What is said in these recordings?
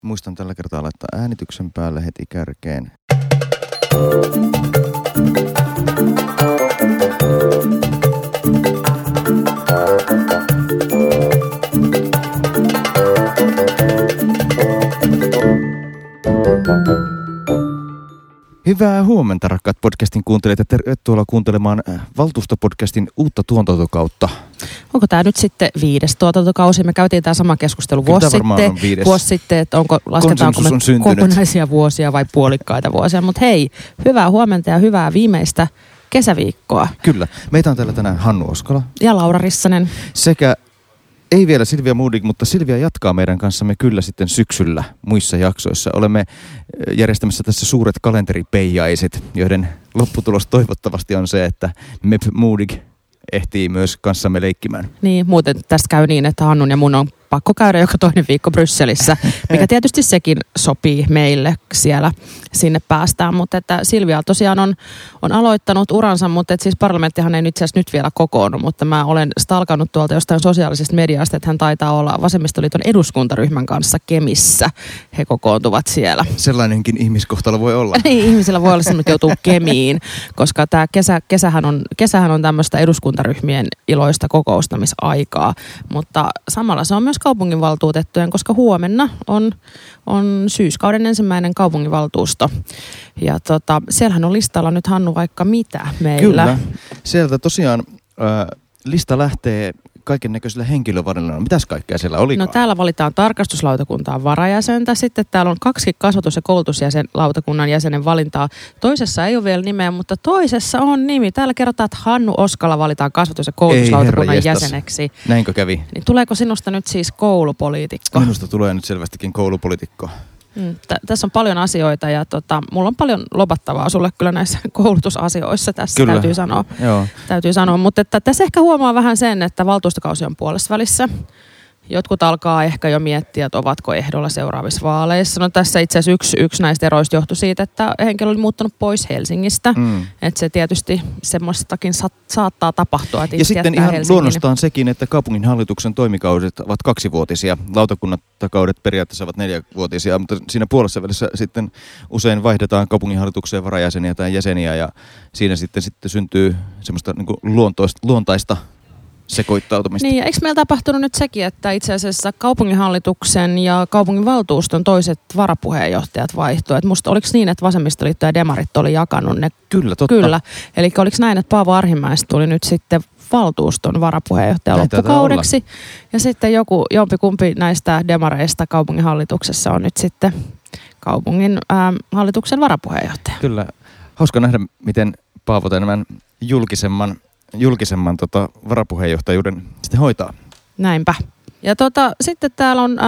Muistan tällä kertaa laittaa äänityksen päälle heti kärkeen. Hyvää huomenta, rakkaat podcastin kuuntelijat, ja tervetuloa kuuntelemaan Valtuustopodcastin uutta tuotantokautta. Onko tämä nyt sitten 5. tuotantokausi? Me käytiin tämä sama keskustelu vuosi sitten, että lasketaanko me kokonaisia vuosia vai puolikkaita vuosia. Mutta hei, hyvää huomenta ja hyvää viimeistä kesäviikkoa. Kyllä. Meitä on täällä tänään Hannu Oskala. Ja Laura Rissanen. Sekä ei vielä Silvia Moodig, mutta Silvia jatkaa meidän kanssamme kyllä sitten syksyllä muissa jaksoissa. Olemme järjestämässä tässä suuret kalenteripeijaiset, joiden lopputulos toivottavasti on se, että Mep Moodig ehtii myös kanssamme leikkimään. Niin, muuten tästä käy niin, että Hannun ja mun on pakko käydä joka toinen viikko Brysselissä, mikä tietysti sekin sopii meille siellä, sinne päästään. Mutta että Silvia tosiaan on aloittanut uransa, mutta että siis parlamenttihan ei itse asiassa nyt vielä kokoonnu, mutta mä olen stalkannut tuolta jostain sosiaalisesta mediasta, että hän taitaa olla Vasemmistoliiton eduskuntaryhmän kanssa Kemissä. He kokoontuvat siellä. Sellainenkin ihmiskohtalo voi olla. Niin, ihmisillä voi olla semmoinen, että joutuu Kemiin, koska tämä kesähän on tämmöistä eduskuntaryhmien iloista kokoustamisaikaa, mutta samalla se on myös kaupunginvaltuutettujen, koska huomenna on syyskauden ensimmäinen kaupunginvaltuusto. Ja siellähän on listalla nyt, Hannu, vaikka mitä meillä. Kyllä. Sieltä tosiaan lista lähtee kaiken näköisillä henkilövalinnoilla. Mitäs kaikkea siellä olikaan? No täällä valitaan tarkastuslautakuntaan varajäsentä. Sitten täällä on 2 kasvatus- ja koulutuslautakunnan jäsenen valintaa. Toisessa ei ole vielä nimeä, mutta toisessa on nimi. Täällä kerrotaan, että Hannu Oskala valitaan kasvatus- ja koulutuslautakunnan jäseneksi. Näinkö kävi? Niin tuleeko sinusta nyt siis koulupoliitikko? Minusta tulee nyt selvästikin koulupoliitikko. Tässä on paljon asioita ja mulla on paljon lobattavaa sulle kyllä näissä koulutusasioissa tässä, kyllä. Täytyy sanoa. Mutta että tässä ehkä huomaa vähän sen, että valtuustokausi on puolessa välissä. Jotkut alkaa ehkä jo miettiä, että ovatko ehdolla seuraavissa vaaleissa. No tässä itse asiassa yksi näistä eroista johtui siitä, että henkilö oli muuttanut pois Helsingistä. Että se tietysti semmoistakin saattaa tapahtua. Että ja sitten ihan luonnostaan sekin, että kaupunginhallituksen toimikaudet ovat 2-vuotisia. Lautakunnatakaudet periaatteessa ovat 4-vuotisia, mutta siinä puolessa välissä sitten usein vaihdetaan kaupunginhallituksen varajäseniä tai jäseniä ja siinä sitten syntyy semmoista niin kuin luontaista sekoittautumista. Niin, ja eikö meillä tapahtunut nyt sekin, että itse asiassa kaupunginhallituksen ja kaupunginvaltuuston toiset varapuheenjohtajat vaihtuivat? Musta oliko niin, että Vasemmistoliitto ja Demarit oli jakanut ne? Kyllä, totta. Kyllä. Eli oliko näin, että Paavo Arhimäestä tuli nyt sitten valtuuston varapuheenjohtaja loppukaudeksi? Ja sitten jompikumpi näistä demareista kaupunginhallituksessa on nyt sitten kaupungin hallituksen varapuheenjohtaja. Kyllä. Hauska nähdä, miten Paavo tämän julkisemman varapuheenjohtajuuden sitten hoitaa. Näinpä. Ja sitten täällä on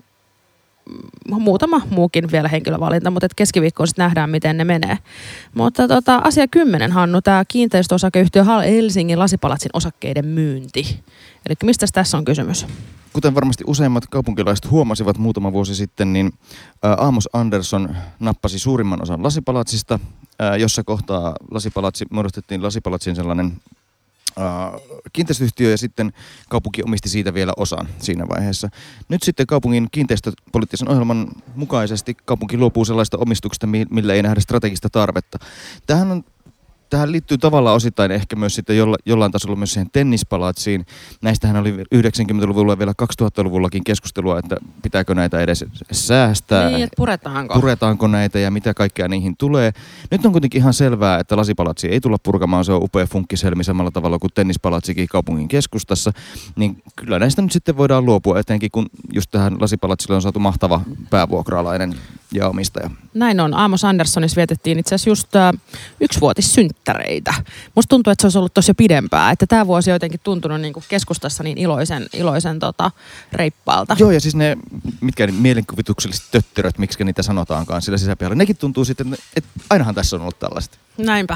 muutama muukin vielä henkilövalinta, mutta keskiviikkoon sitten nähdään, miten ne menee. Mutta asia 10, Hannu, tämä kiinteistöosakeyhtiö Helsingin Lasipalatsin osakkeiden myynti. Eli mistä tässä on kysymys? Kuten varmasti useimmat kaupunkilaiset huomasivat muutama vuosi sitten, niin Amos Andersson nappasi suurimman osan Lasipalatsista, jossa kohtaa muodostettiin Lasipalatsin sellainen kiinteistöyhtiö ja sitten kaupunki omisti siitä vielä osan siinä vaiheessa. Nyt sitten kaupungin kiinteistöpoliittisen ohjelman mukaisesti kaupunki luopuu sellaista omistuksesta, millä ei nähdä strategista tarvetta. Tähän liittyy tavallaan osittain ehkä myös sitten jollain tasolla myös siihen tennispalatsiin. Näistähän oli 90-luvulla ja vielä 2000-luvullakin keskustelua, että pitääkö näitä edes säästää. Niin, että puretaanko näitä ja mitä kaikkea niihin tulee. Nyt on kuitenkin ihan selvää, että Lasipalatsi ei tulla purkamaan. Se on upea funkkishelmi samalla tavalla kuin tennispalatsikin kaupungin keskustassa. Niin kyllä näistä nyt sitten voidaan luopua, etenkin kun just tähän Lasipalatsille on saatu mahtava päävuokraalainen ja omistaja. Näin on. Amos Anderssonissa vietettiin itse asiassa just 1-vuotissynttäreitä. Musta tuntuu, että se olisi ollut tosi jo pidempään. Että tämä vuosi on jotenkin tuntunut niin kuin keskustassa niin iloisen reippaalta. Joo, ja siis ne, mitkä mielenkuvitukselliset tötteröt, miksi niitä sanotaankaan sillä sisäpihalla, nekin tuntuu sitten, että ainahan tässä on ollut tällaista. Näinpä.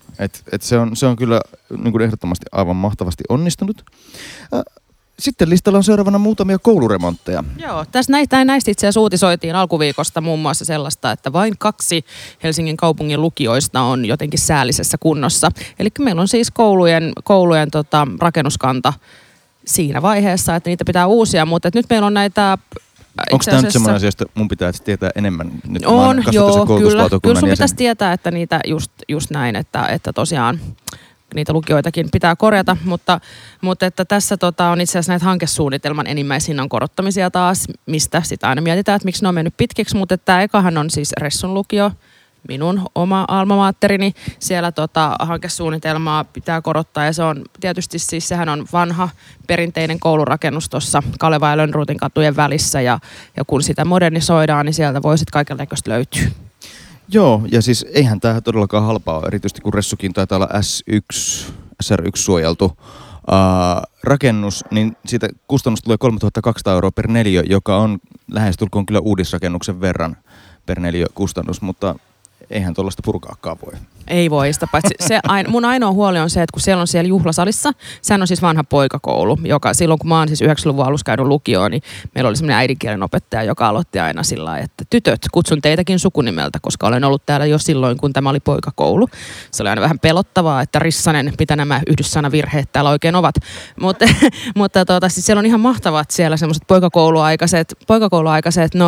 Se on kyllä niin kuin ehdottomasti aivan mahtavasti onnistunut. Sitten listalla on seuraavana muutamia kouluremontteja. Joo, näistä itse asiassa uutisoitiin alkuviikosta muun muassa sellaista, että vain 2 Helsingin kaupungin lukioista on jotenkin säällisessä kunnossa. Eli meillä on siis koulujen rakennuskanta siinä vaiheessa, että niitä pitää uusia, mutta nyt meillä on näitä Onko tämä nyt semmoinen asia, josta mun pitää tietää enemmän nyt? On, joo, kyllä sun pitäisi tietää, että niitä just näin, että tosiaan niitä lukijoitakin pitää korjata, mutta että tässä on itse asiassa näitä hankesuunnitelman enimmäishinnan korottamisia taas, mistä sitä aina mietitään, että miksi ne on mennyt pitkiksi, mutta tämä ekahan on siis Ressun lukio, minun oma alma materini, siellä hankesuunnitelmaa pitää korottaa ja se on tietysti siis, sehän on vanha perinteinen koulurakennus tuossa Kaleva ja Lönnruutin katujen välissä ja kun sitä modernisoidaan, niin sieltä voi sitten kaikenlaista löytyä. Joo, ja siis eihän tämä todellakaan halpaa ole, erityisesti kun Ressukin taitaa olla SR1-suojeltu rakennus, niin siitä kustannus tulee 3 200 € per neliö, joka on lähestulkoon kyllä uudisrakennuksen verran per neliö kustannus, mutta eihän tuollaista purkaakaan voi. Ei voi, sitä paitsi mun ainoa huoli on se, että kun siellä on siellä juhlasalissa, sehän on siis vanha poikakoulu, joka silloin kun mä oon siis 90-luvun alussa käynyt lukioon, niin meillä oli semmoinen äidinkielen opettaja, joka aloitti aina sillä lailla, että tytöt, kutsun teitäkin sukunimeltä, koska olen ollut täällä jo silloin, kun tämä oli poikakoulu. Se oli aina vähän pelottavaa, että Rissanen, mitä nämä yhdyssanavirheet täällä oikein ovat. Mutta siis siellä on ihan mahtavat siellä semmoiset poikakouluaikaiset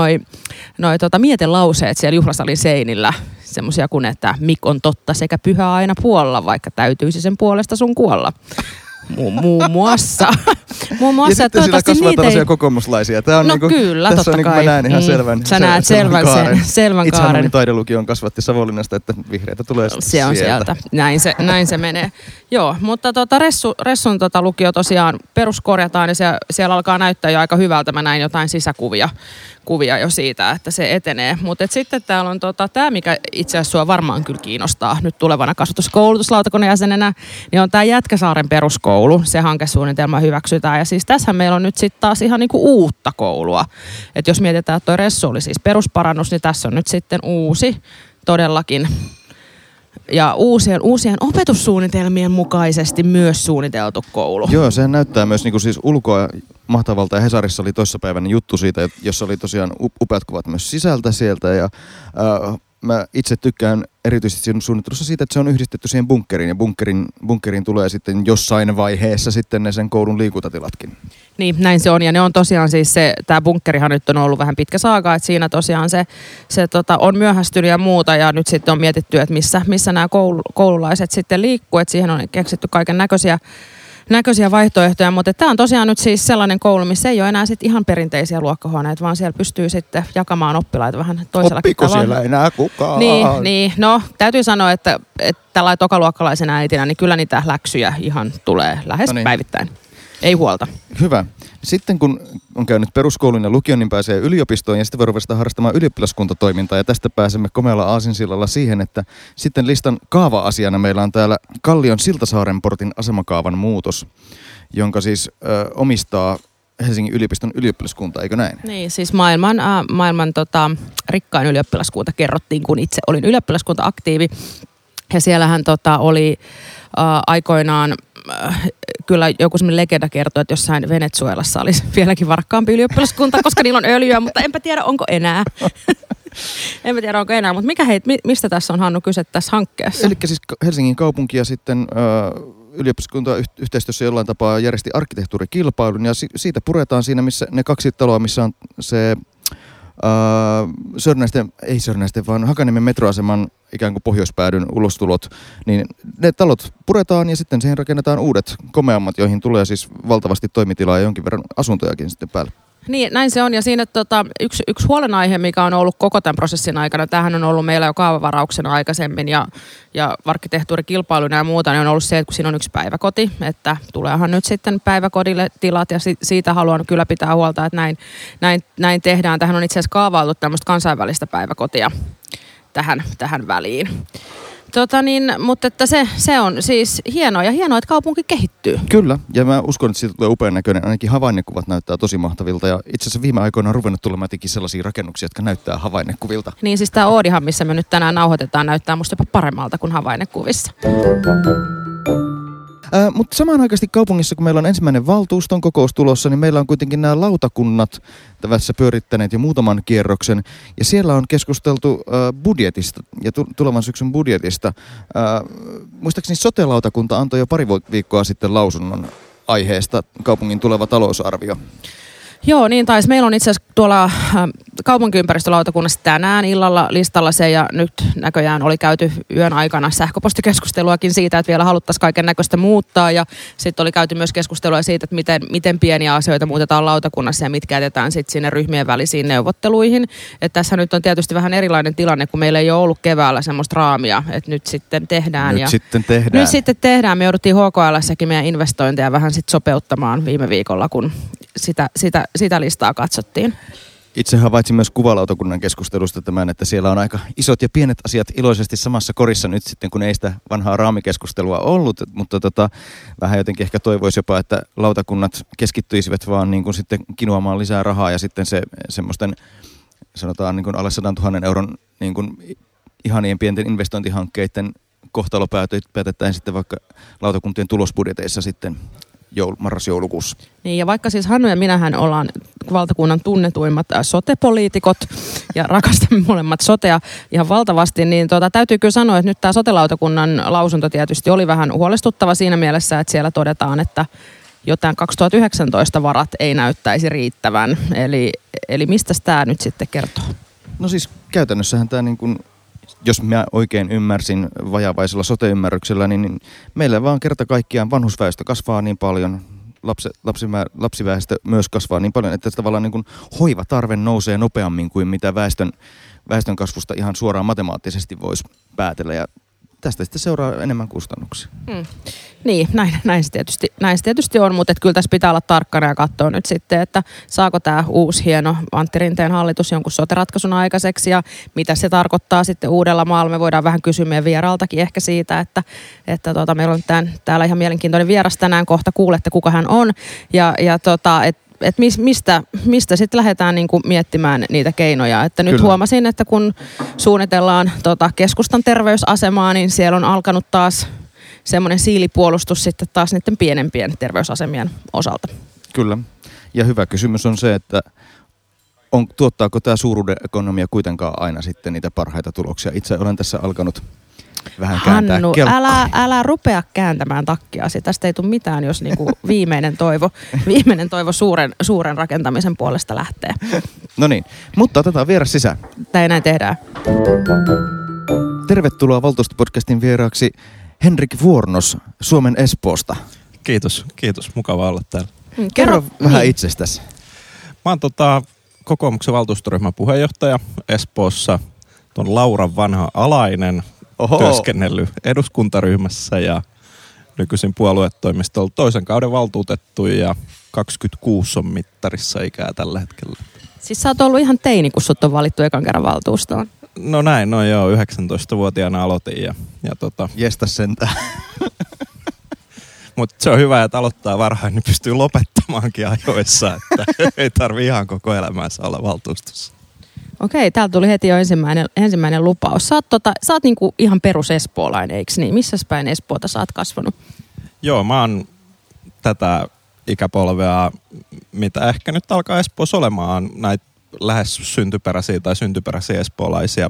mietelauseet siellä juhlasalin seinillä. Semmoisia kuin, että Mik on totta sekä pyhä aina puolella, vaikka täytyisi sen puolesta sun kuolla. Muun muassa. Ja sitten sillä kasvaa tällaisia kokoomuslaisia. Tämä on no kyllä, tässä totta on kai. Mä näen ihan selvän, sä näet selvän kaaren. Itsehän olin taidelukion kasvatti Savonlinnasta, että vihreitä tulee se on sieltä. Näin se menee. Joo, mutta Ressun lukio tosiaan peruskorjataan ja siellä alkaa näyttää jo aika hyvältä. Mä näin jotain sisäkuvia jo siitä, että se etenee. Mutta sitten täällä on tämä, mikä itse asiassa sua varmaan kyllä kiinnostaa nyt tulevana kasvatuskoulutuslautakunnan jäsenenä, niin on tämä Jätkäsaaren peruskoulu. Se hankesuunnitelma hyväksytään. Ja siis tässä meillä on nyt sitten taas ihan niinku uutta koulua. Että jos mietitään, että toi Ressu oli siis perusparannus, niin tässä on nyt sitten uusi todellakin. Ja uusien opetussuunnitelmien mukaisesti myös suunniteltu koulu. Joo, sehän näyttää myös niin kuin siis ulkoa mahtavalta. Ja Hesarissa oli toissapäivänä juttu siitä, jossa oli tosiaan upeat kuvat myös sisältä sieltä. Ja mä itse tykkään erityisesti siinä suunnittelussa siitä, että se on yhdistetty siihen bunkkeriin. Ja bunkkeriin tulee sitten jossain vaiheessa sitten ne sen koulun liikuntatilatkin. Niin, näin se on. Ja ne on tosiaan siis tämä bunkkerihan nyt on ollut vähän pitkä saaga. Että siinä tosiaan se on myöhästynyt ja muuta. Ja nyt sitten on mietitty, että missä nämä koululaiset sitten liikkuu. Että siihen on keksitty kaiken näköisiä vaihtoehtoja, mutta tämä on tosiaan nyt siis sellainen koulu, missä ei ole enää sit ihan perinteisiä luokkahuoneita, vaan siellä pystyy sitten jakamaan oppilaita vähän toisellakin tavalla. Oppiko siellä enää kukaan? Niin, no täytyy sanoa, että tällainen tokaluokkalaisen äitinä, niin kyllä niitä läksyjä ihan tulee lähes päivittäin. Ei huolta. Hyvä. Sitten kun on käynyt peruskoulun ja lukion, niin pääsee yliopistoon ja sitten voi ruveta harrastamaan ylioppilaskuntatoimintaa. Ja tästä pääsemme komealla aasinsillalla siihen, että sitten listan kaava-asiana meillä on täällä Kallion Siltasaaren portin asemakaavan muutos, jonka siis omistaa Helsingin yliopiston ylioppilaskunta, eikö näin? Niin, siis maailman rikkain ylioppilaskunta kerrottiin, kun itse olin ylioppilaskunta-aktiivi. Ja siellähän oli aikoinaan kyllä joku semmoinen legenda kertoo, että jossain Venezuelassa olisi vieläkin varakkaampi ylioppilaskunta, koska niillä on öljyä, mutta enpä tiedä onko enää. Mutta mistä tässä on, Hannu, kyse tässä hankkeessa? Eli siis Helsingin kaupunki ja sitten ylioppilaskunta yhteistyössä jollain tapaa järjesti arkkitehtuurikilpailun ja siitä puretaan siinä, missä ne 2 taloa, missä on se vaan Hakaniemen metroaseman ikään kuin pohjoispäädyn ulostulot, niin ne talot puretaan ja sitten siihen rakennetaan uudet komeammat, joihin tulee siis valtavasti toimitilaa ja jonkin verran asuntojakin sitten päälle. Niin, näin se on. Ja siinä yksi huolenaihe, mikä on ollut koko tämän prosessin aikana, tämähän on ollut meillä jo kaavavarauksena aikaisemmin ja arkkitehtuurikilpailuna ja muuta, niin on ollut se, että kun siinä on yksi päiväkoti, että tuleehan nyt sitten päiväkodille tilat ja siitä haluan kyllä pitää huolta, että näin tehdään. Tähän on itse asiassa kaavailtu tämmöistä kansainvälistä päiväkotia tähän väliin. Mutta että se on siis hienoa että kaupunki kehittyy. Kyllä, ja mä uskon, että siitä tulee upean näköinen. Ainakin havainnekuvat näyttää tosi mahtavilta. Ja itse asiassa viime aikoina on ruvennut tulemaan sellaisia rakennuksia, jotka näyttää havainnekuvilta. Niin siis tämä Oodihan, missä me nyt tänään nauhoitetaan, näyttää musta jopa paremmalta kuin havainnekuvissa. Mutta samanaikaisesti kaupungissa, kun meillä on ensimmäinen valtuuston kokous tulossa, niin meillä on kuitenkin nämä lautakunnat tässä pyörittäneet jo muutaman kierroksen. Ja siellä on keskusteltu budjetista ja tulevan syksyn budjetista. Muistaakseni sote-lautakunta antoi jo pari viikkoa sitten lausunnon aiheesta kaupungin tuleva talousarvio. Joo, niin taisi. Meillä on itse asiassa tuolla kaupunkiympäristölautakunnassa tänään illalla listalla se, ja nyt näköjään oli käyty yön aikana sähköpostikeskusteluakin siitä, että vielä haluttaisiin kaiken näköistä muuttaa, ja sitten oli käyty myös keskustelua siitä, että miten pieniä asioita muutetaan lautakunnassa ja mitkä jätetään sitten sinne ryhmien välisiin neuvotteluihin. Että tässä nyt on tietysti vähän erilainen tilanne, kun meillä ei ole ollut keväällä semmoista raamia, että nyt sitten tehdään. Nyt sitten tehdään. Me jouduttiin HKL:ssäkin meidän investointeja vähän sitten sopeuttamaan viime viikolla, kun sitä listaa katsottiin. Itse havaitsin myös kuvalautakunnan keskustelusta tämän, että siellä on aika isot ja pienet asiat iloisesti samassa korissa nyt sitten, kun ei sitä vanhaa raamikeskustelua ollut, mutta vähän jotenkin ehkä toivoisi jopa, että lautakunnat keskittyisivät vaan niin kuin sitten kinoamaan lisää rahaa ja sitten se semmoisten sanotaan niin kuin alle 100 000 euron niin kuin ihanien pienten investointihankkeiden kohtalo päätetään sitten vaikka lautakuntien tulosbudjeteissa sitten marras-joulukuussa. Niin, ja vaikka siis Hannu ja minähän ollaan valtakunnan tunnetuimmat sote-poliitikot ja rakastamme molemmat sotea ihan valtavasti, niin täytyy kyllä sanoa, että nyt tämä sote-lautakunnan lausunto tietysti oli vähän huolestuttava siinä mielessä, että siellä todetaan, että jotain 2019 varat ei näyttäisi riittävän. Eli mistä tämä nyt sitten kertoo? No siis käytännössähän tämä niin kuin, jos mä oikein ymmärsin vajavaisella sote-ymmärryksellä, niin meillä vaan kerta kaikkiaan vanhusväestö kasvaa niin paljon, lapsiväestö myös kasvaa niin paljon, että tavallaan niin kuin hoivatarve nousee nopeammin kuin mitä väestön kasvusta ihan suoraan matemaattisesti voisi päätellä. Ja tästä sitten seuraa enemmän kustannuksia. Niin, näin se tietysti on, mutta kyllä tässä pitää olla tarkkana ja katsoa nyt sitten, että saako tämä uusi hieno Antti Rinteen hallitus jonkun sote-ratkaisun aikaiseksi ja mitä se tarkoittaa sitten Uudellamaalla. Me voidaan vähän kysyä meidän vieraaltakin ehkä siitä, että meillä on täällä ihan mielenkiintoinen vieras tänään, kohta kuulette kuka hän on että mistä sitten lähdetään niinku miettimään niitä keinoja. Että nyt huomasin, että kun suunnitellaan keskustan terveysasemaa, niin siellä on alkanut taas semmoinen siilipuolustus sitten taas niiden pienempien terveysasemien osalta. Kyllä. Ja hyvä kysymys on se, että tuottaako tämä suuruuden ekonomia kuitenkaan aina sitten niitä parhaita tuloksia. Itse olen tässä alkanut vähän kääntää Hannu, kelkkaa. älä rupea kääntämään takkiasi. Tästä ei tule mitään, jos niinku viimeinen toivo suuren rakentamisen puolesta lähtee. No niin, mutta otetaan vieras sisään. Näin tehdään. Tervetuloa Valtuustopodcastin vieraaksi Henrik Vuornos Suomen Espoosta. Kiitos. Mukava olla täällä. Kerro vähän itsestäsi. Mä oon kokoomuksen valtuustoryhmän puheenjohtaja Espoossa. Tuon Lauran vanha alainen. Työskennellyt eduskuntaryhmässä ja nykyisin puoluetoimistolla toisen kauden valtuutettu ja 26 on mittarissa ikää tällä hetkellä. Siis sä oot ollut ihan teini, kun sut on valittu ekan kerran valtuustoon. No näin, 19-vuotiaana aloitin ja Jesta sentään. Mutta se on hyvä, että aloittaa varhain, niin pystyy lopettamaankin ajoissa, että ei tarvi ihan koko elämänsä olla valtuustossa. Okei, täältä tuli heti jo ensimmäinen lupaus. Sä oot niinku ihan perus espoolainen, eikö niin? Missäs päin Espoota sä oot kasvanut? Joo, mä oon tätä ikäpolvea, mitä ehkä nyt alkaa Espoossa olemaan, näitä lähes syntyperäisiä espoolaisia.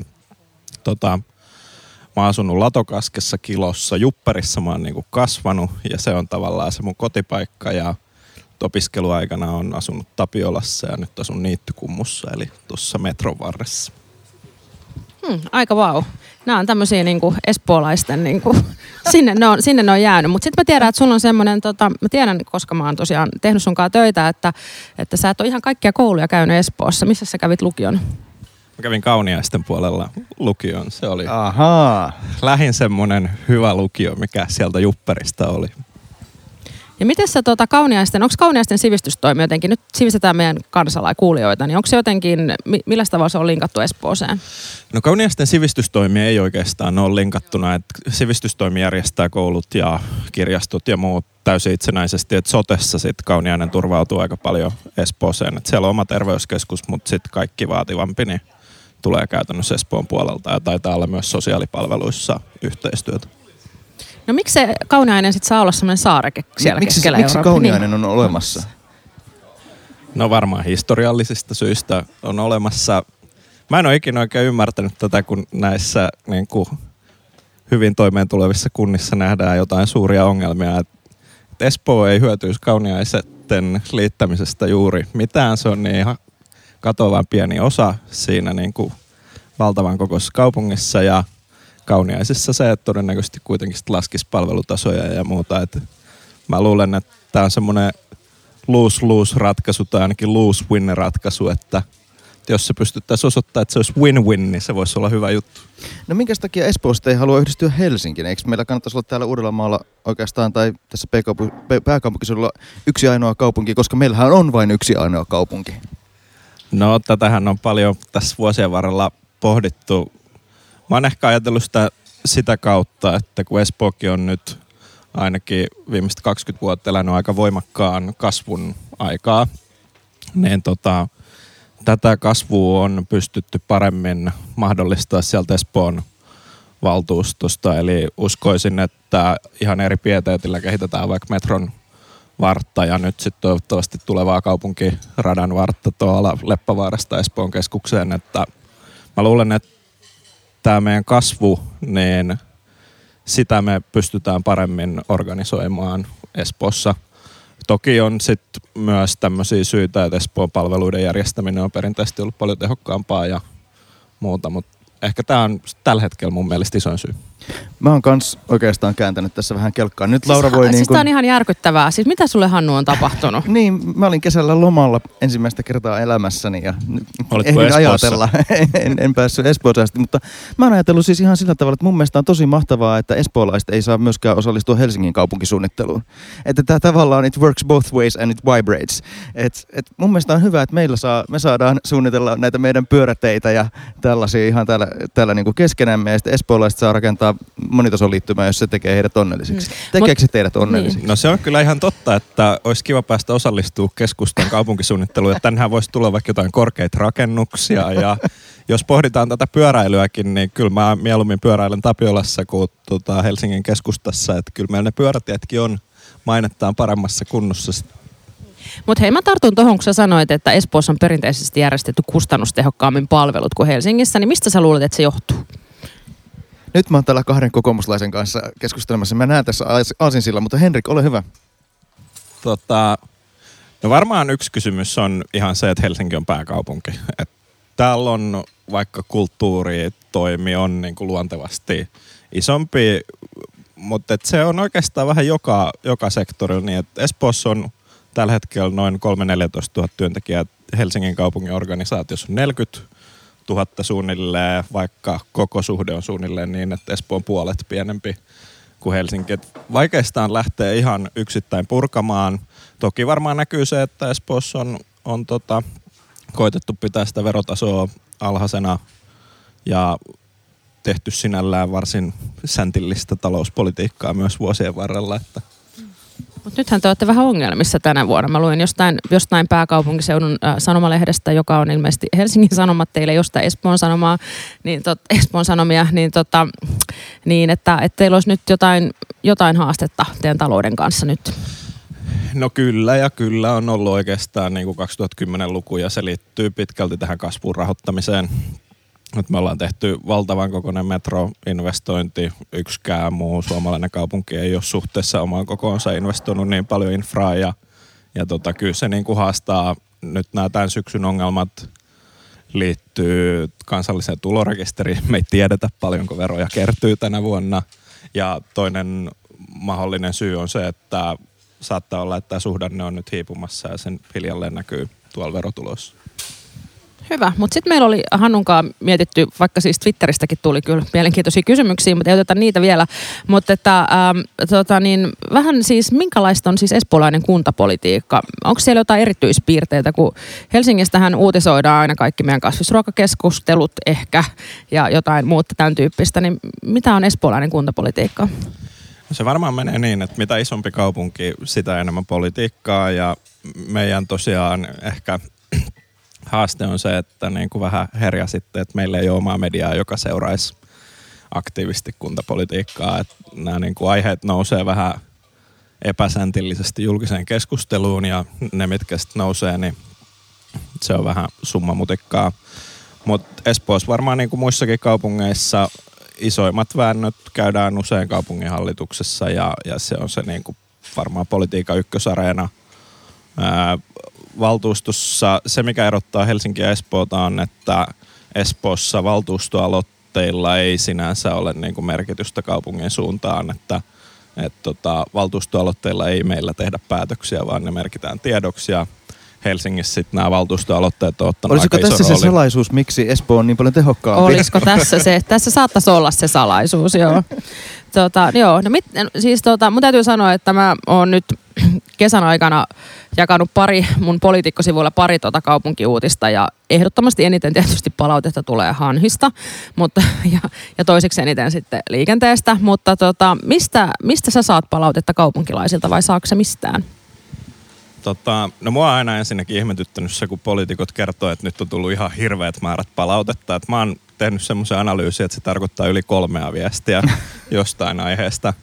Mä oon asunut Latokaskessa Kilossa, Jupperissa mä oon niinku kasvanut ja se on tavallaan se mun kotipaikka ja opiskeluaikana on asunut Tapiolassa ja nyt asun Niittykummussa, eli tuossa metron varressa. Aika vau. Nämä on tämmöisiä niinku espoolaisten, niinku, sinne ne on jäänyt. Mutta sitten mä tiedän, että sulla on semmoinen, mä tiedän, koska mä oon tosiaan tehnyt sunkaan töitä, että sä et ole ihan kaikkia kouluja käynyt Espoossa. Missä sä kävit lukion? Mä kävin Kauniaisten puolella lukion. Se oli lähin semmoinen hyvä lukio, mikä sieltä Jupperista oli. Ja miten se onko Kauniaisten sivistystoimi jotenkin, nyt sivistetään meidän kuulijoita, niin onko se jotenkin, millä tavalla se on linkattu Espooseen? No Kauniaisten sivistystoimi ei oikeastaan ole linkattuna, että sivistystoimi järjestää koulut ja kirjastot ja muut täysin itsenäisesti, että sotessa sitten Kauniainen turvautuu aika paljon Espooseen, että siellä on oma terveyskeskus, mutta sitten kaikki vaativampi niin tulee käytännössä Espoon puolelta ja taitaa olla myös sosiaalipalveluissa yhteistyötä. No miksi se Kauniainen sitten saa olla semmoinen saareke siellä keskellä Miksi Kauniainen on olemassa? No varmaan historiallisista syistä on olemassa. Mä en ole ikinä oikein ymmärtänyt tätä, kun näissä niin kuin hyvin toimeentulevissa kunnissa nähdään jotain suuria ongelmia. Et Espoo ei hyötyisi Kauniaisten ihmisten liittämisestä juuri mitään. Se on niin ihan katoavan pieni osa siinä niin kuin valtavan kokoisessa kaupungissa ja Kauniaisissa se, että todennäköisesti kuitenkin laskisi palvelutasoja ja muuta. Et mä luulen, että tämä on semmoinen lose-lose ratkaisu tai ainakin lose-win ratkaisu, että jos se pystyttäisiin osoittamaan, että se olisi win-win, niin se voisi olla hyvä juttu. No minkä takia Espoosta ei halua yhdistyä Helsinkiin? Eikö meillä kannattaisi olla täällä Uudellamaalla oikeastaan tai tässä pääkaupunkiseudulla yksi ainoa kaupunki, koska meillähän on vain yksi ainoa kaupunki? No tätähän on paljon tässä vuosien varrella pohdittu. Mä oon ehkä ajatellut sitä kautta, että kun Espookin on nyt ainakin viimeiset 20 vuotta elänyt aika voimakkaan kasvun aikaa, niin tätä kasvua on pystytty paremmin mahdollistaa sieltä Espoon valtuustosta. Eli uskoisin, että ihan eri pieteetillä kehitetään vaikka metron vartta ja nyt sitten toivottavasti tulevaa kaupunkiradan vartta tuolla Leppävaarasta Espoon keskukseen. Että mä luulen, että tämä meidän kasvu, niin sitä me pystytään paremmin organisoimaan Espoossa. Toki on sitten myös tämmöisiä syitä, että Espoon palveluiden järjestäminen on perinteisesti ollut paljon tehokkaampaa ja muuta, mutta ehkä tämä on tällä hetkellä mun mielestä isoin syy. Mä oon kans oikeastaan kääntänyt tässä vähän kelkkaan. Nyt Laura voi siis tää on ihan järkyttävää. Siis mitä sulle, Hannu, on tapahtunut? Niin, mä olin kesällä lomalla ensimmäistä kertaa elämässäni ja ehdin ajatella. en päässyt Espooseen asti, mutta mä oon ajatellut siis ihan sillä tavalla, että mun mielestä on tosi mahtavaa, että espoolaiset ei saa myöskään osallistua Helsingin kaupunkisuunnitteluun. Että tää tavallaan it works both ways and it vibrates. Et mun mielestä on hyvä, että me saadaan suunnitella näitä meidän pyöräteitä ja tällaisia ihan täällä niinku keskenämme ja sitten espoolaiset saa rakentaa monitasoliittymää, jos se tekee heidät onnellisiksi. Tekeekö se teidät onnellisiksi? Niin. No se on kyllä ihan totta, että olisi kiva päästä osallistua keskustan kaupunkisuunnitteluun. Tännehän voisi tulla vaikka jotain korkeita rakennuksia ja jos pohditaan tätä pyöräilyäkin, niin kyllä mä mieluummin pyöräilen Tapiolassa kuin Helsingin keskustassa. Että kyllä meillä ne pyörätietkin on mainettaan paremmassa kunnossa. Mutta hei, mä tartun tuohon, kun sä sanoit, että Espoossa on perinteisesti järjestetty kustannustehokkaammin palvelut kuin Helsingissä, niin mistä sä luulet, että se johtuu? Nyt mä oon täällä kahden kokoomuslaisen kanssa keskustelemassa. Mä näen tässä aasinsilla, mutta Henrik, ole hyvä. No varmaan yksi kysymys on ihan se, että Helsinki on pääkaupunki. Et täällä on vaikka kulttuuritoimi on niin kuin luontevasti isompi, mutta se on oikeastaan vähän joka sektorilla niin, että Espoossa on tällä hetkellä noin 3-14 000 työntekijää. Helsingin kaupungin organisaatiossa on 40 000 suunnilleen, vaikka koko suhde on suunnilleen niin, että Espoo on puolet pienempi kuin Helsinki. Et vaikeastaan lähtee ihan yksittäin purkamaan. Toki varmaan näkyy se, että Espoossa on koitettu pitää sitä verotasoa alhaisena ja tehty sinällään varsin säntillistä talouspolitiikkaa myös vuosien varrella, että mutta nythän te olette vähän ongelmissa tänä vuonna. Mä luin jostain pääkaupunkiseudun sanomalehdestä, joka on ilmeisesti Helsingin Sanomat, teille jostain Espoon Sanomaa, Espoon Sanomia, niin että teillä olisi nyt jotain haastetta teidän talouden kanssa nyt. No kyllä on ollut oikeastaan niin kuin 2010-luku ja se liittyy pitkälti tähän kasvun rahoittamiseen. Nyt me ollaan tehty valtavan kokoinen metroinvestointi. Yksikään muu suomalainen kaupunki ei ole suhteessa omaan kokoonsa investoinut niin paljon infraa. Ja kyllä se niin kuin haastaa. Nyt nämä tämän syksyn ongelmat liittyy kansalliseen tulorekisteriin. Me ei tiedetä paljonko veroja kertyy tänä vuonna. Ja toinen mahdollinen syy on se, että saattaa olla, että tämä suhdanne on nyt hiipumassa ja sen hiljalleen näkyy tuolla verotulossa. Hyvä, mutta sitten meillä oli Hannunkaan mietitty, vaikka siis Twitteristäkin tuli kyllä mielenkiintoisia kysymyksiä, mutta ei oteta niitä vielä. Mutta että, vähän siis, minkälaista on siis espoolainen kuntapolitiikka? Onko siellä jotain erityispiirteitä, kun Helsingistähän uutisoidaan aina kaikki meidän kasvisruokakeskustelut ehkä ja jotain muuta tämän tyyppistä, niin mitä on espoolainen kuntapolitiikka? Se varmaan menee niin, että mitä isompi kaupunki, sitä enemmän politiikkaa ja meidän tosiaan ehkä haaste on se, että niin kuin vähän herjasitte, että meillä ei ole omaa mediaa, joka seuraisi aktiivisesti kuntapolitiikkaa. Että nämä niin kuin aiheet nousee vähän epäsäntillisesti julkiseen keskusteluun ja ne, mitkä sitten nousee, niin se on vähän summamutikkaa. Mutta Espoossa varmaan niin kuin muissakin kaupungeissa isoimmat väännöt käydään usein kaupunginhallituksessa ja se on se niin kuin varmaan politiikan ykkösareena. Valtuustossa se, mikä erottaa Helsinkiä ja Espoota on, että Espoossa valtuustoaloitteilla ei sinänsä ole niin kuin merkitystä kaupungin suuntaan, että valtuustoaloitteilla ei meillä tehdä päätöksiä, vaan ne merkitään tiedoksi ja Helsingissä sitten nämä valtuustoaloitteet on ottanut Olisiko aika iso tässä rooli. se salaisuus, miksi Espoo on niin paljon tehokkaampi? Olisiko tässä se? Tässä saattaisi olla se salaisuus, joo. Mun täytyy sanoa, että mä oon nyt kesän aikana jakanut mun poliitikkosivuilla pari kaupunkiuutista ja ehdottomasti eniten tietysti palautetta tulee Hanhista, mutta, ja toiseksi eniten sitten liikenteestä, mutta mistä sä saat palautetta kaupunkilaisilta vai saako se mistään? No mua on aina ensinnäkin ihmetyttänyt se, kun poliitikot kertoo, että nyt on tullut ihan hirveät määrät palautetta. Että mä oon tehnyt semmoisen analyysin, että se tarkoittaa yli 3 viestiä jostain aiheesta.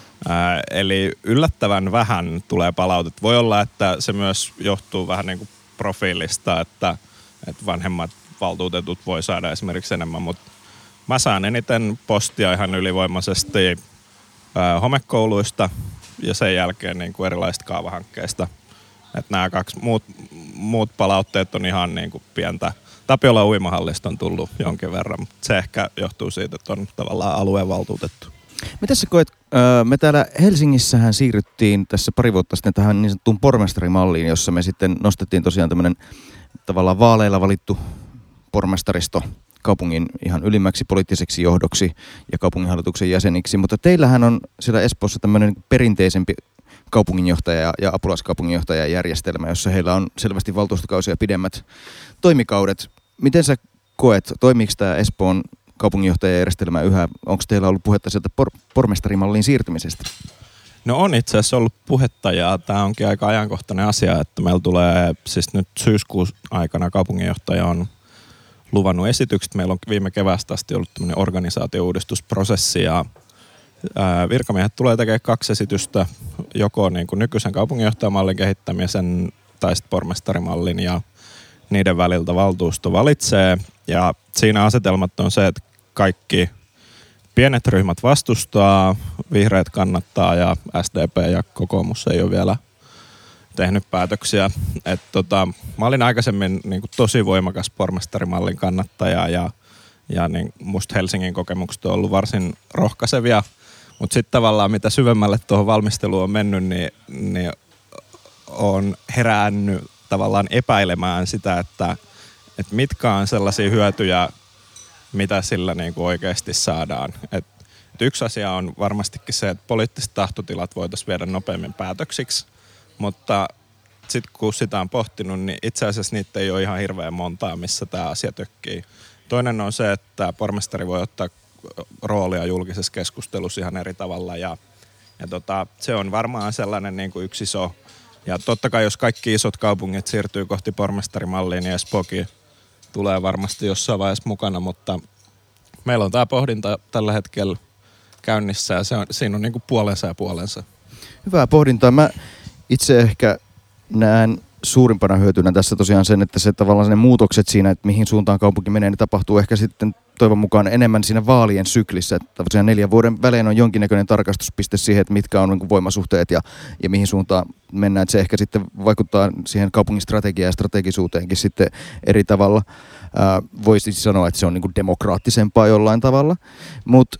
Eli yllättävän vähän tulee palautetta. Voi olla, että se myös johtuu vähän niin kuin profiilista, että vanhemmat valtuutetut voi saada esimerkiksi enemmän, mutta mä saan eniten postia ihan ylivoimaisesti homekouluista ja sen jälkeen niin kuin erilaisista kaavahankkeista. Että nämä 2 muut palautteet on ihan niin kuin pientä. Tapiolan uimahallista on tullut jonkin verran, mutta se ehkä johtuu siitä, että on tavallaan aluevaltuutettu. Mitä sä koet, me täällä Helsingissähän siirryttiin tässä pari vuotta sitten tähän niin sanottuun pormestarimalliin, jossa me sitten nostettiin tosiaan tämmöinen tavallaan vaaleilla valittu pormestaristo kaupungin ihan ylimmäksi poliittiseksi johdoksi ja kaupunginhallituksen jäseniksi, mutta teillähän on siellä Espoossa tämmöinen perinteisempi kaupunginjohtaja ja apulaiskaupunginjohtajajärjestelmä, jossa heillä on selvästi valtuustokausia pidemmät toimikaudet. Miten sä koet, toimiiko tämä Espoon kaupunginjohtajajärjestelmä yhä? Onko teillä ollut puhetta sieltä pormestarimalliin siirtymisestä? No on itse asiassa ollut puhetta ja tämä onkin aika ajankohtainen asia, että meillä tulee siis nyt syyskuun aikana kaupunginjohtaja on luvannut esitykset. Meillä on viime keväästä asti ollut tämmöinen organisaatiouudistusprosessi ja virkamiehet tulee tekemään 2 esitystä, joko niin kuin nykyisen kaupunginjohtajamallin kehittämisen tai sitten pormestarimallin ja niiden väliltä valtuusto valitsee. Ja siinä asetelmat on se, että kaikki pienet ryhmät vastustaa, vihreät kannattaa ja SDP ja kokoomus ei ole vielä tehnyt päätöksiä. Mä olin aikaisemmin niin kuin tosi voimakas pormestarimallin kannattaja ja niin musta Helsingin kokemukset on ollut varsin rohkaisevia. Mutta sitten tavallaan mitä syvemmälle tuohon valmisteluun on mennyt, niin on herännyt tavallaan epäilemään sitä, että mitkä on sellaisia hyötyjä, mitä sillä niinku oikeasti saadaan. Et yksi asia on varmastikin se, että poliittiset tahtotilat voitaisiin viedä nopeammin päätöksiksi, mutta sitten kun sitä on pohtinut, niin itse asiassa niitä ei ole ihan hirveän montaa, missä tämä asia tökkii. Toinen on se, että pormestari voi ottaa roolia julkisessa keskustelussa ihan eri tavalla ja se on varmaan sellainen niin kuin yksi iso. Ja totta kai jos kaikki isot kaupungit siirtyy kohti pormestarimalliin, niin Espookin tulee varmasti jossain vaiheessa mukana, mutta meillä on tämä pohdinta tällä hetkellä käynnissä ja siinä on niin kuin puolensa ja puolensa. Hyvää pohdintaa. Mä itse ehkä näen suurimpana hyötynä tässä tosiaan sen, että se tavallaan ne muutokset siinä, että mihin suuntaan kaupunki menee, niin tapahtuu ehkä sitten toivon mukaan enemmän siinä vaalien syklissä. Että tosiaan 4 vuoden välein on jonkinnäköinen tarkastuspiste siihen, että mitkä on niin kuin voimasuhteet ja mihin suuntaan mennään. Että se ehkä sitten vaikuttaa siihen kaupungin strategiaan ja strategisuuteenkin sitten eri tavalla. Voisi sanoa, että se on niin kuin demokraattisempaa jollain tavalla. Mutta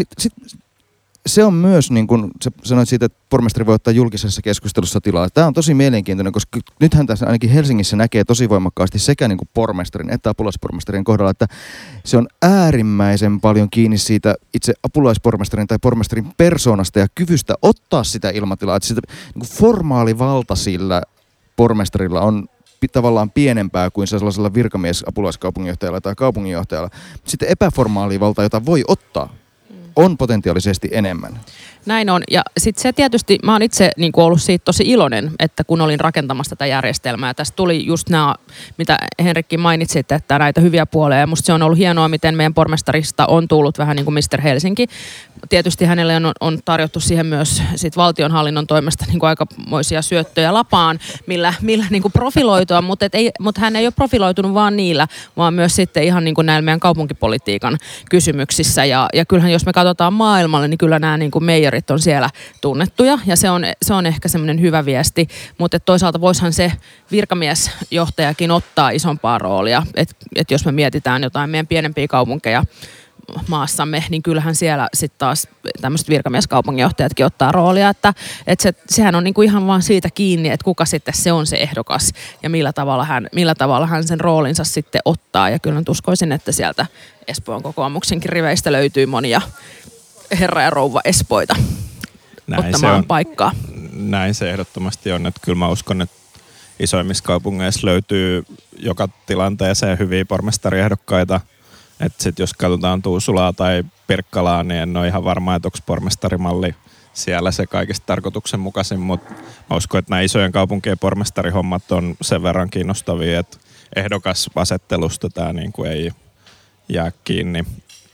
se on myös, niin kuin sä sanoit siitä, että pormestari voi ottaa julkisessa keskustelussa tilaa. Tämä on tosi mielenkiintoinen, koska nythän tässä ainakin Helsingissä näkee tosi voimakkaasti sekä niin kuin pormestarin että apulaispormestarin kohdalla, että se on äärimmäisen paljon kiinni siitä itse apulaispormestarin tai pormestarin persoonasta ja kyvystä ottaa sitä ilmatilaa. Että sitä niin kuin formaali valta sillä pormestarilla on tavallaan pienempää kuin sellaisella virkamies-apulaiskaupunginjohtajalla tai kaupunginjohtajalla. Sitten epäformaali valta, jota voi ottaa, on potentiaalisesti enemmän. Näin on. Ja sitten se tietysti, mä oon itse niin kuin ollut siitä tosi iloinen, että kun olin rakentamassa tätä järjestelmää. Tästä tuli just nämä, mitä Henrikki mainitsit, että näitä hyviä puolia. Ja musta se on ollut hienoa, miten meidän pormestarista on tullut vähän niin kuin Mr. Helsinki. Tietysti hänelle on tarjottu siihen myös sit valtionhallinnon toimesta niin kuin aikamoisia syöttöjä lapaan, millä niin kuin profiloitua, mutta hän ei ole profiloitunut vaan niillä, vaan myös sitten ihan niin kuin näillä meidän kaupunkipolitiikan kysymyksissä. Ja kyllähän jos me katsotaan katsotaan maailmalle, niin kyllä nämä niin kuin meijerit on siellä tunnettuja ja se on ehkä semmoinen hyvä viesti, mutta toisaalta voisihan se virkamiesjohtajakin ottaa isompaa roolia, että jos me mietitään jotain meidän pienempiä kaupunkeja maassamme, niin kyllähän siellä sitten taas tämmöiset virkamieskaupunginjohtajatkin ottaa roolia, että sehän on niinku ihan vaan siitä kiinni, että kuka sitten se on se ehdokas ja millä tavalla hän sen roolinsa sitten ottaa. Ja kyllä uskoisin, että sieltä Espoon kokoomuksenkin riveistä löytyy monia herra ja rouva Espoita ottamaan paikkaa. Näin se ehdottomasti on, että kyllä mä uskon, että isoimmissa kaupungeissa löytyy joka tilanteeseen hyviä pormestariehdokkaita. Että sitten jos katsotaan Tuusulaa tai Pirkkalaa, niin en ole ihan varma, että onko pormestarimalli siellä se kaikista tarkoituksenmukaisin, mutta mä uskon, että nämä isojen kaupunkien pormestarihommat on sen verran kiinnostavia, että ehdokasasettelusta tämä niinku ei jää kiinni.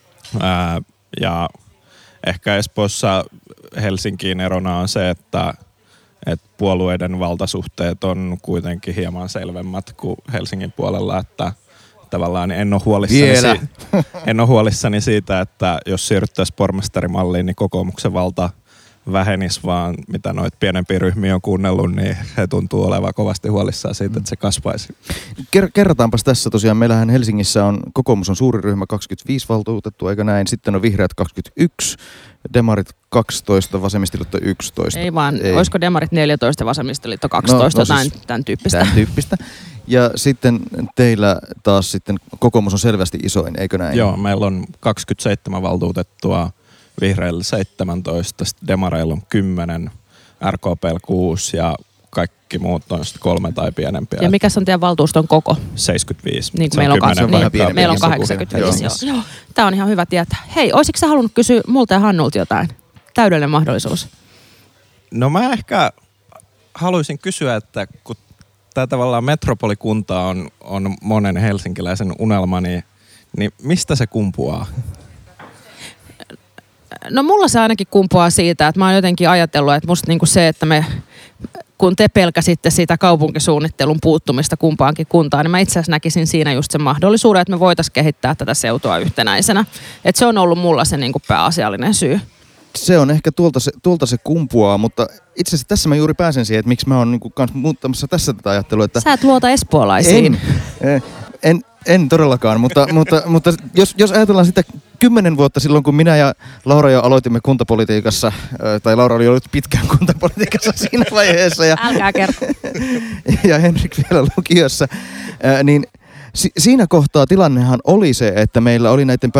Ja ehkä Espoossa Helsinkiin erona on se, että puolueiden valtasuhteet on kuitenkin hieman selvemmät kuin Helsingin puolella, että tavallaan en ole huolissani siitä, että jos siirryttäisiin pormestarimalliin, niin kokoomuksen valta vähenisi, vaan mitä noita pienempiä ryhmiä on kuunnellut, niin he tuntuu olevan kovasti huolissaan siitä, että se kasvaisi. Kerrataanpas tässä tosiaan. Meillähän Helsingissä kokoomus on suuri ryhmä, 25 valtuutettua, eikö näin? Sitten on vihreät 21, demarit 12, vasemmistoliitto 11. Ei vaan, olisiko demarit 14 ja vasemmistoliitto 12, tämän tyyppistä. Tämän tyyppistä. Ja sitten teillä taas sitten kokoomus on selvästi isoin, eikö näin? Joo, meillä on 27 valtuutettua, vihreillä 17, demareilla on 10, RKP:llä 6 ja kaikki muut on 3 tai pienempiä. Ja mikä on teidän valtuuston koko? 75. Niin kuin meillä on 85. Joo. Tämä on ihan hyvä tietää. Hei, olisitko sä halunnut kysyä multa ja Hannulta jotain? Täydellinen mahdollisuus. No mä ehkä haluaisin kysyä, että kun tämä tavallaan metropolikunta on monen helsinkiläisen unelma, niin mistä se kumpuaa? No mulla se ainakin kumpuaa siitä, että mä oon jotenkin ajatellut, että musta niinku se, että kun te pelkäsitte sitä kaupunkisuunnittelun puuttumista kumpaankin kuntaan, niin mä itse asiassa näkisin siinä just sen mahdollisuuden, että me voitaisiin kehittää tätä seutua yhtenäisenä. Että se on ollut mulla se niinku pääasiallinen syy. Se on ehkä tuolta se kumpuaa, mutta itse asiassa tässä mä juuri pääsen siihen, että miksi mä oon niinku kans muuttamassa tässä tätä ajattelua. Että sä et luota espoolaisiin. En todellakaan, mutta jos ajatellaan sitä 10 vuotta silloin, kun minä ja Laura jo aloitimme kuntapolitiikassa, tai Laura oli ollut pitkään kuntapolitiikassa siinä vaiheessa. Älkää kerro. Ja Henrik vielä lukiossa, niin siinä kohtaa tilannehan oli se, että meillä oli näiden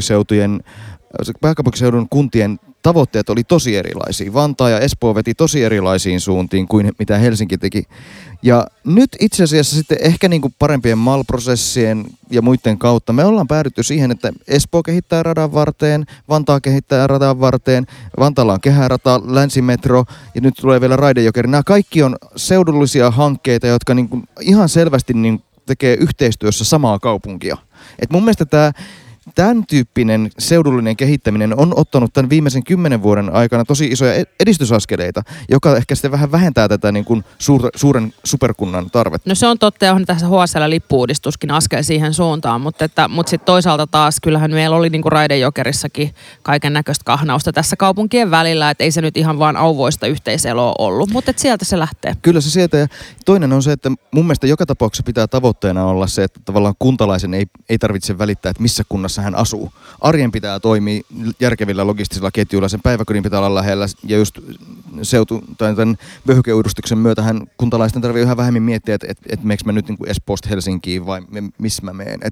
pääkaupunkiseudun kuntien tavoitteet oli tosi erilaisia. Vantaa ja Espoo veti tosi erilaisiin suuntiin kuin mitä Helsinki teki. Ja nyt itse asiassa sitten ehkä niin kuin parempien MAL-prosessien ja muiden kautta me ollaan päädytty siihen, että Espoo kehittää radan varteen, Vantaa kehittää radan varteen, Vantaalla on kehärata, länsimetro ja nyt tulee vielä Raidejokeri. Nämä kaikki on seudullisia hankkeita, jotka niin kuin ihan selvästi niin tekee yhteistyössä samaa kaupunkia. Et mun mielestä tämän tyyppinen seudullinen kehittäminen on ottanut tämän viimeisen 10 vuoden aikana tosi isoja edistysaskeleita, joka ehkä sitten vähän vähentää tätä niin kuin suuren superkunnan tarvetta. No se on totta, ja on tässä HSL-lippu-uudistuskin askel siihen suuntaan, mutta sitten toisaalta taas kyllähän meillä oli niin kuin Raidejokerissakin kaiken näköistä kahnausta tässä kaupunkien välillä, että ei se nyt ihan vaan auvoista yhteiseloa ollut, mutta sieltä se lähtee. Kyllä se sieltä, ja toinen on se, että mun mielestä joka tapauksessa pitää tavoitteena olla se, että tavallaan kuntalaisen ei tarvitse välittää, että missä kunnassa hän asuu. Arjen pitää toimia järkevillä logistisilla ketjuilla, sen päiväkodin pitää olla lähellä ja just tämän vyöhykeuudistuksen myötähän kuntalaisten tarvitsee yhä vähemmän miettiä, että meneekö mä nyt niin kuin Espoosta Helsinkiin vai missä mä menen.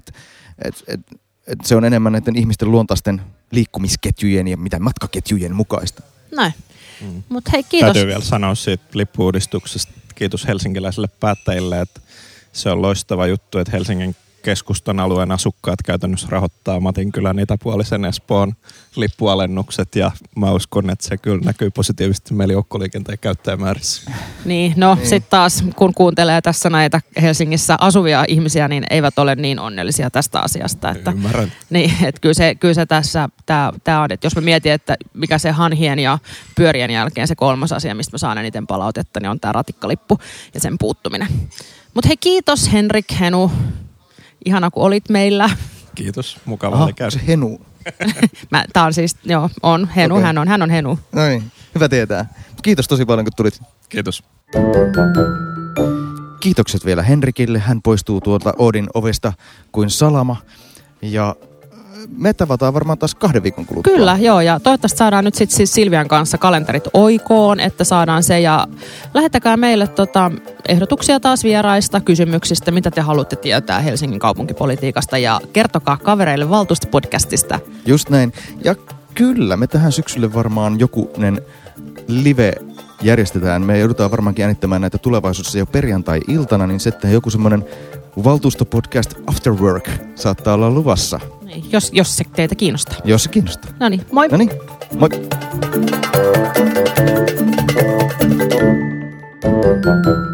Se on enemmän näiden ihmisten luontaisten liikkumisketjujen ja mitä matkaketjujen mukaista. Näin. Mut hei, kiitos. Täytyy vielä sanoa siitä lippu-uudistuksesta. Kiitos helsinkiläisille päättäjille, että se on loistava juttu, että Helsingin keskustan alueen asukkaat käytännössä rahoittaa Matinkylän itäpuolisen Espoon lippualennukset ja mä uskon, että se kyllä näkyy positiivisesti meillä joukkoliikenteen käyttäjämäärissä. Niin, sitten taas kun kuuntelee tässä näitä Helsingissä asuvia ihmisiä, niin eivät ole niin onnellisia tästä asiasta. Että, ymmärrän. Niin, että kyllä se tässä, tämä on, että jos mä mietin, että mikä se hanhien ja pyörien jälkeen se 3. asia, mistä mä saan eniten palautetta, niin on tämä ratikkalippu ja sen puuttuminen. Mutta hei, kiitos Henrik, Henu. Ihana, kun olit meillä. Kiitos, mukava oli käydä. Se Henu. Tää on siis, joo, on Henu, okay. hän on Henu. No niin, hyvä tietää. Kiitos tosi paljon, kun tulit. Kiitos. Kiitokset vielä Henrikille. Hän poistuu tuolta Oodin ovesta kuin salama. Ja me tavataan varmaan taas 2 viikon kuluttua. Kyllä, joo. Ja toivottavasti saadaan nyt sitten siis Silvian kanssa kalenterit oikoon, että saadaan se. Ja lähettäkää meille ehdotuksia taas vieraista, kysymyksistä, mitä te haluatte tietää Helsingin kaupunkipolitiikasta. Ja kertokaa kavereille Valtuustopodcastista. Just näin. Ja kyllä, me tähän syksylle varmaan jokunen live järjestetään. Me joudutaan varmaankin äänittämään näitä tulevaisuudessa jo perjantai-iltana, niin sitten joku semmoinen Valtuustopodcast After Work saattaa olla luvassa. Niin, jos se teitä kiinnostaa. Jos se kiinnostaa. Noniin, moi! Noniin, moi!